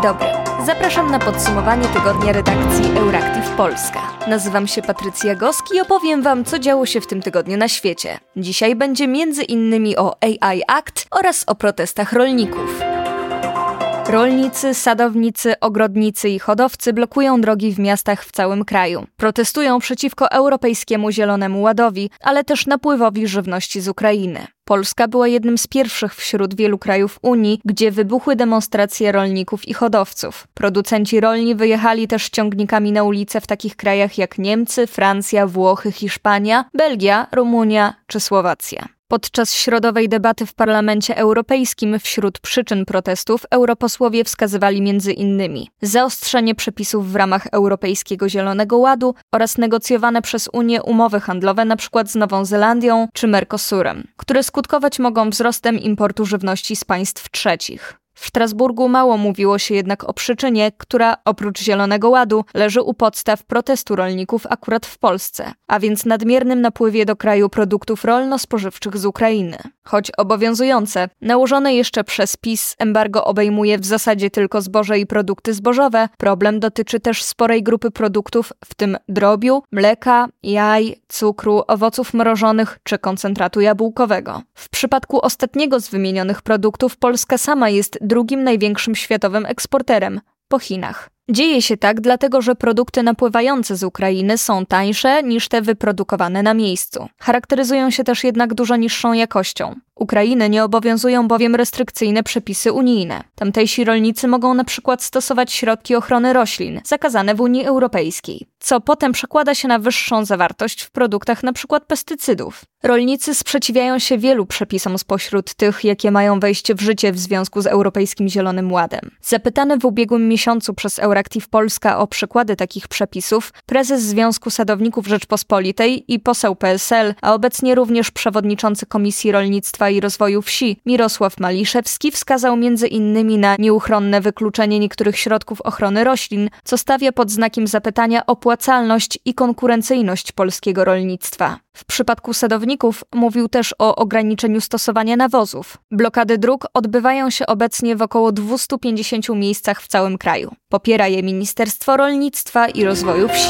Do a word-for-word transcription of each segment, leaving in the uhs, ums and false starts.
dobry. Zapraszam na podsumowanie tygodnia redakcji Euractiv Polska. Nazywam się Patrycja Goski i opowiem Wam, co działo się w tym tygodniu na świecie. Dzisiaj będzie między innymi o A I Act oraz o protestach rolników. Rolnicy, sadownicy, ogrodnicy i hodowcy blokują drogi w miastach w całym kraju. Protestują przeciwko Europejskiemu Zielonemu Ładowi, ale też napływowi żywności z Ukrainy. Polska była jednym z pierwszych wśród wielu krajów Unii, gdzie wybuchły demonstracje rolników i hodowców. Producenci rolni wyjechali też ciągnikami na ulice w takich krajach jak Niemcy, Francja, Włochy, Hiszpania, Belgia, Rumunia czy Słowacja. Podczas środowej debaty w Parlamencie Europejskim wśród przyczyn protestów europosłowie wskazywali między innymi zaostrzenie przepisów w ramach Europejskiego Zielonego Ładu oraz negocjowane przez Unię umowy handlowe np. z Nową Zelandią czy Mercosurem, które skutkować mogą wzrostem importu żywności z państw trzecich. W Strasburgu mało mówiło się jednak o przyczynie, która oprócz Zielonego Ładu leży u podstaw protestu rolników akurat w Polsce, a więc nadmiernym napływie do kraju produktów rolno-spożywczych z Ukrainy. Choć obowiązujące, nałożone jeszcze przez PiS embargo obejmuje w zasadzie tylko zboże i produkty zbożowe, problem dotyczy też sporej grupy produktów, w tym drobiu, mleka, jaj, cukru, owoców mrożonych czy koncentratu jabłkowego. W przypadku ostatniego z wymienionych produktów Polska sama jest drugim największym światowym eksporterem, po Chinach. Dzieje się tak dlatego, że produkty napływające z Ukrainy są tańsze niż te wyprodukowane na miejscu. Charakteryzują się też jednak dużo niższą jakością. Ukrainy nie obowiązują bowiem restrykcyjne przepisy unijne. Tamtejsi rolnicy mogą na przykład stosować środki ochrony roślin, zakazane w Unii Europejskiej, co potem przekłada się na wyższą zawartość w produktach np. pestycydów. Rolnicy sprzeciwiają się wielu przepisom spośród tych, jakie mają wejść w życie w związku z Europejskim Zielonym Ładem. Zapytany w ubiegłym miesiącu przez Euractiv Polska o przykłady takich przepisów, prezes Związku Sadowników Rzeczpospolitej i poseł P S L, a obecnie również przewodniczący Komisji Rolnictwa i Rozwoju Wsi Mirosław Maliszewski wskazał między innymi na nieuchronne wykluczenie niektórych środków ochrony roślin, co stawia pod znakiem zapytania opłacalność i konkurencyjność polskiego rolnictwa. W przypadku sadowników mówił też o ograniczeniu stosowania nawozów. Blokady dróg odbywają się obecnie w około dwustu pięćdziesięciu miejscach w całym kraju. Popiera je Ministerstwo Rolnictwa i Rozwoju Wsi.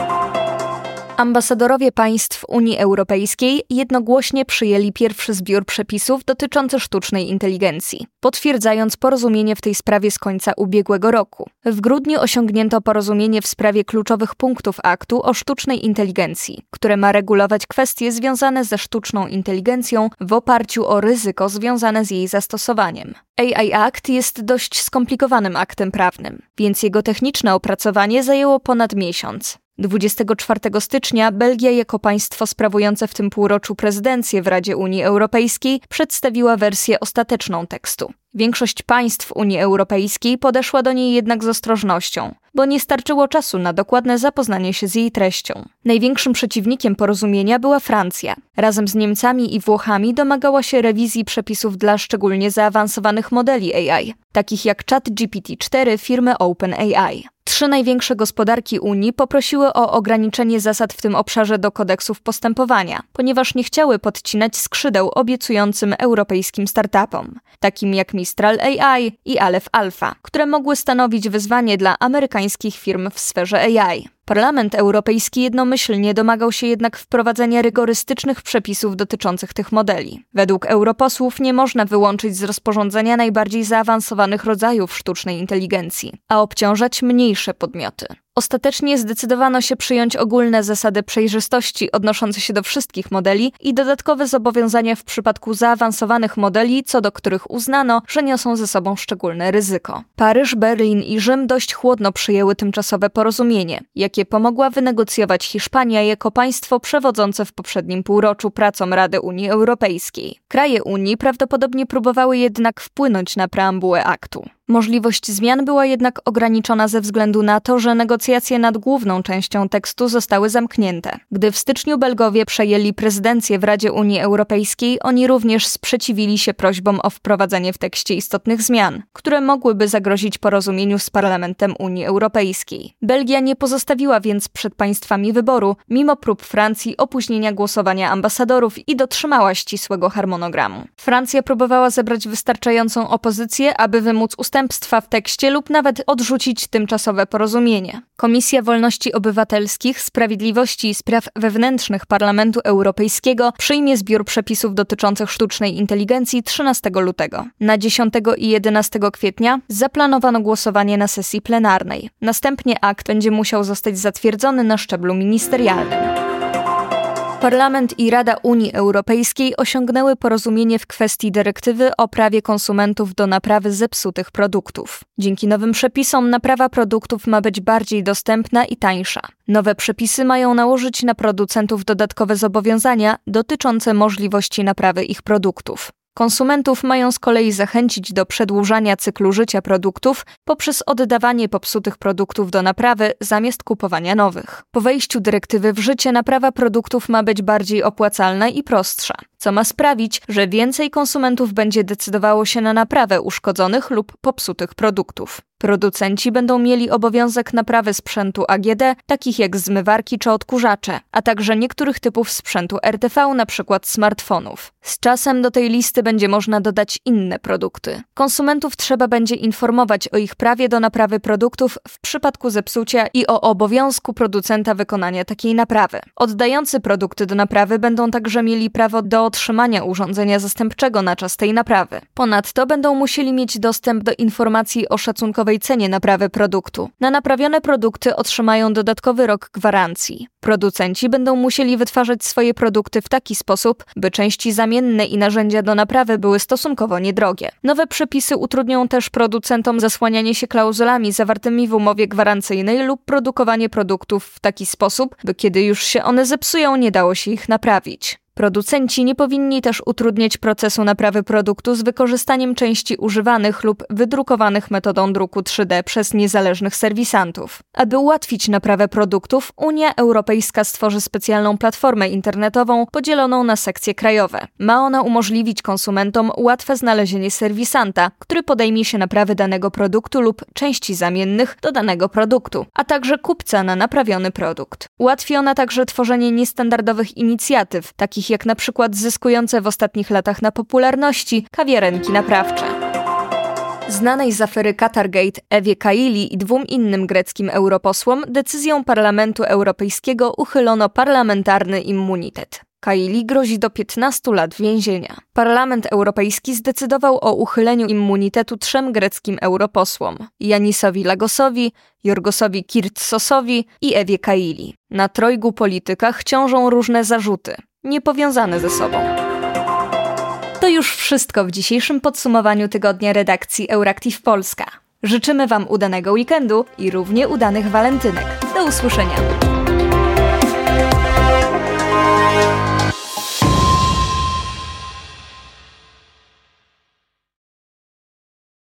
Ambasadorowie państw Unii Europejskiej jednogłośnie przyjęli pierwszy zbiór przepisów dotyczący sztucznej inteligencji, potwierdzając porozumienie w tej sprawie z końca ubiegłego roku. W grudniu osiągnięto porozumienie w sprawie kluczowych punktów aktu o sztucznej inteligencji, które ma regulować kwestie związane ze sztuczną inteligencją w oparciu o ryzyko związane z jej zastosowaniem. A I Act jest dość skomplikowanym aktem prawnym, więc jego techniczne opracowanie zajęło ponad miesiąc. dwudziestego czwartego stycznia Belgia jako państwo sprawujące w tym półroczu prezydencję w Radzie Unii Europejskiej przedstawiła wersję ostateczną tekstu. Większość państw Unii Europejskiej podeszła do niej jednak z ostrożnością, bo nie starczyło czasu na dokładne zapoznanie się z jej treścią. Największym przeciwnikiem porozumienia była Francja. Razem z Niemcami i Włochami domagała się rewizji przepisów dla szczególnie zaawansowanych modeli A I, takich jak ChatGPT cztery firmy OpenAI. Trzy największe gospodarki Unii poprosiły o ograniczenie zasad w tym obszarze do kodeksów postępowania, ponieważ nie chciały podcinać skrzydeł obiecującym europejskim startupom, takim jak Mistral A I i Aleph Alpha, które mogły stanowić wyzwanie dla amerykańskich firm w sferze A I. Parlament Europejski jednomyślnie domagał się jednak wprowadzenia rygorystycznych przepisów dotyczących tych modeli. Według europosłów nie można wyłączyć z rozporządzenia najbardziej zaawansowanych rodzajów sztucznej inteligencji, a obciążać mniejsze podmioty. Ostatecznie zdecydowano się przyjąć ogólne zasady przejrzystości odnoszące się do wszystkich modeli i dodatkowe zobowiązania w przypadku zaawansowanych modeli, co do których uznano, że niosą ze sobą szczególne ryzyko. Paryż, Berlin i Rzym dość chłodno przyjęły tymczasowe porozumienie, jakie pomogła wynegocjować Hiszpania jako państwo przewodzące w poprzednim półroczu pracom Rady Unii Europejskiej. Kraje Unii prawdopodobnie próbowały jednak wpłynąć na preambułę aktu. Możliwość zmian była jednak ograniczona ze względu na to, że negocjacje nad główną częścią tekstu zostały zamknięte. Gdy w styczniu Belgowie przejęli prezydencję w Radzie Unii Europejskiej, oni również sprzeciwili się prośbom o wprowadzenie w tekście istotnych zmian, które mogłyby zagrozić porozumieniu z Parlamentem Unii Europejskiej. Belgia nie pozostawiła więc przed państwami wyboru, mimo prób Francji opóźnienia głosowania ambasadorów i dotrzymała ścisłego harmonogramu. Francja próbowała zebrać wystarczającą opozycję, aby wymóc ustępstwa ustępstwa w tekście lub nawet odrzucić tymczasowe porozumienie. Komisja Wolności Obywatelskich, Sprawiedliwości i Spraw Wewnętrznych Parlamentu Europejskiego przyjmie zbiór przepisów dotyczących sztucznej inteligencji trzynastego lutego. Na dziesiątego i jedenastego kwietnia zaplanowano głosowanie na sesji plenarnej. Następnie akt będzie musiał zostać zatwierdzony na szczeblu ministerialnym. Parlament i Rada Unii Europejskiej osiągnęły porozumienie w kwestii dyrektywy o prawie konsumentów do naprawy zepsutych produktów. Dzięki nowym przepisom naprawa produktów ma być bardziej dostępna i tańsza. Nowe przepisy mają nałożyć na producentów dodatkowe zobowiązania dotyczące możliwości naprawy ich produktów. Konsumentów mają z kolei zachęcić do przedłużania cyklu życia produktów poprzez oddawanie popsutych produktów do naprawy zamiast kupowania nowych. Po wejściu dyrektywy w życie naprawa produktów ma być bardziej opłacalna i prostsza, co ma sprawić, że więcej konsumentów będzie decydowało się na naprawę uszkodzonych lub popsutych produktów. Producenci będą mieli obowiązek naprawy sprzętu A G D, takich jak zmywarki czy odkurzacze, a także niektórych typów sprzętu R T V, np. smartfonów. Z czasem do tej listy będzie można dodać inne produkty. Konsumentów trzeba będzie informować o ich prawie do naprawy produktów w przypadku zepsucia i o obowiązku producenta wykonania takiej naprawy. Oddający produkty do naprawy będą także mieli prawo do otrzymania urządzenia zastępczego na czas tej naprawy. Ponadto będą musieli mieć dostęp do informacji o szacunkowej cenie naprawy produktu. Na naprawione produkty otrzymają dodatkowy rok gwarancji. Producenci będą musieli wytwarzać swoje produkty w taki sposób, by części zamienne i narzędzia do naprawy były stosunkowo niedrogie. Nowe przepisy utrudnią też producentom zasłanianie się klauzulami zawartymi w umowie gwarancyjnej lub produkowanie produktów w taki sposób, by kiedy już się one zepsują, nie dało się ich naprawić. Producenci nie powinni też utrudniać procesu naprawy produktu z wykorzystaniem części używanych lub wydrukowanych metodą druku trzy D przez niezależnych serwisantów. Aby ułatwić naprawę produktów, Unia Europejska stworzy specjalną platformę internetową podzieloną na sekcje krajowe. Ma ona umożliwić konsumentom łatwe znalezienie serwisanta, który podejmie się naprawy danego produktu lub części zamiennych do danego produktu, a także kupca na naprawiony produkt. Ułatwi ona także tworzenie niestandardowych inicjatyw, takich jak na przykład zyskujące w ostatnich latach na popularności kawiarenki naprawcze. Znanej z afery Qatargate Ewie Kaili i dwóm innym greckim europosłom decyzją Parlamentu Europejskiego uchylono parlamentarny immunitet. Kaili grozi do piętnastu lat więzienia. Parlament Europejski zdecydował o uchyleniu immunitetu trzem greckim europosłom: Yannisowi Lagosowi, Yorgosowi Kirtsosowi i Ewie Kaili. Na trojgu politykach ciążą różne zarzuty, niepowiązane ze sobą. To już wszystko w dzisiejszym podsumowaniu tygodnia redakcji Euractiv Polska. Życzymy Wam udanego weekendu i równie udanych walentynek. Do usłyszenia.